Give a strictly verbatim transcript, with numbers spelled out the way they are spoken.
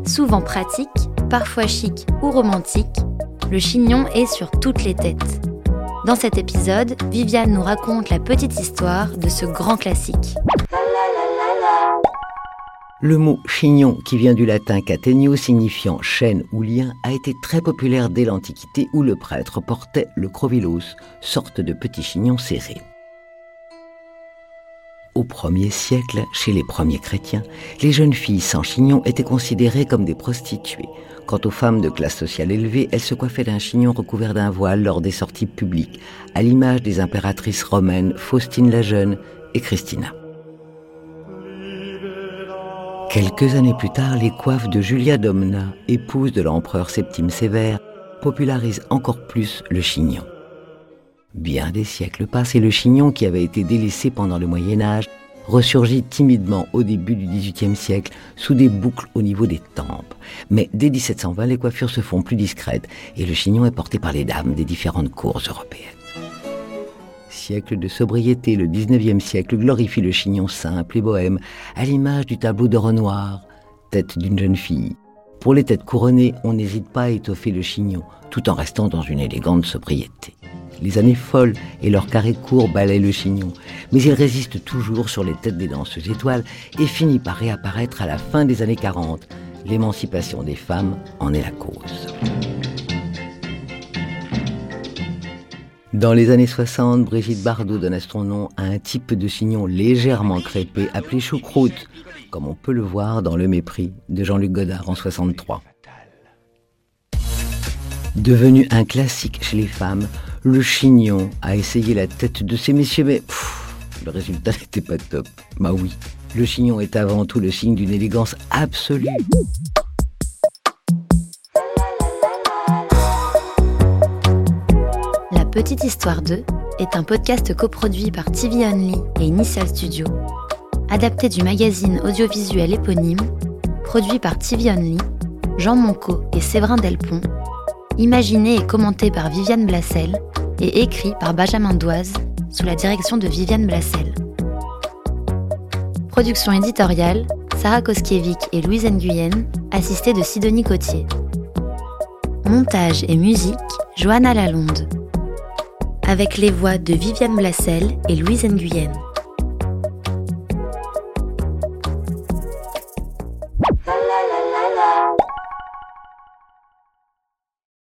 Souvent pratique, parfois chic ou romantique, le chignon est sur toutes les têtes. Dans cet épisode, Viviane nous raconte la petite histoire de ce grand classique. Le mot chignon, qui vient du latin catenio signifiant chaîne ou lien, a été très populaire dès l'Antiquité où le prêtre portait le crovilos, sorte de petit chignon serré. Au premier siècle, chez les premiers chrétiens, les jeunes filles sans chignon étaient considérées comme des prostituées. Quant aux femmes de classe sociale élevée, elles se coiffaient d'un chignon recouvert d'un voile lors des sorties publiques, à l'image des impératrices romaines Faustine la Jeune et Christina. Quelques années plus tard, les coiffes de Julia Domna, épouse de l'empereur Septime Sévère, popularisent encore plus le chignon. Bien des siècles passent et le chignon, qui avait été délaissé pendant le Moyen-Âge, ressurgit timidement au début du dix-huitième siècle sous des boucles au niveau des tempes. Mais dès dix-sept cent vingt, les coiffures se font plus discrètes et le chignon est porté par les dames des différentes cours européennes. Siècle de sobriété, le dix-neuvième siècle glorifie le chignon simple et bohème, à l'image du tableau de Renoir, tête d'une jeune fille. Pour les têtes couronnées, on n'hésite pas à étoffer le chignon, tout en restant dans une élégante sobriété. Les années folles et leurs carrés courts balayent le chignon, mais il résiste toujours sur les têtes des danseuses étoiles et finit par réapparaître à la fin des années quarante. L'émancipation des femmes en est la cause. Dans les années soixante, Brigitte Bardot donne son nom à un type de chignon légèrement crêpé appelé choucroute, comme on peut le voir dans Le Mépris de Jean-Luc Godard en soixante-trois. Devenu un classique chez les femmes, le chignon a essayé la tête de ces messieurs, mais pff, le résultat n'était pas top. Bah oui, le chignon est avant tout le signe d'une élégance absolue. La Petite Histoire deux est un podcast coproduit par T V Only et Initial Studio, adapté du magazine audiovisuel éponyme, produit par T V Only, Jean Monco et Séverin Delpont, imaginé et commenté par Viviane Blassel et écrit par Benjamin Doise sous la direction de Viviane Blassel. Production éditoriale, Sarah Koskiewicz et Louise Nguyen, assistée de Sidonie Cotier. Montage et musique, Johanna Lalonde. Avec les voix de Viviane Blassel et Louise Nguyen.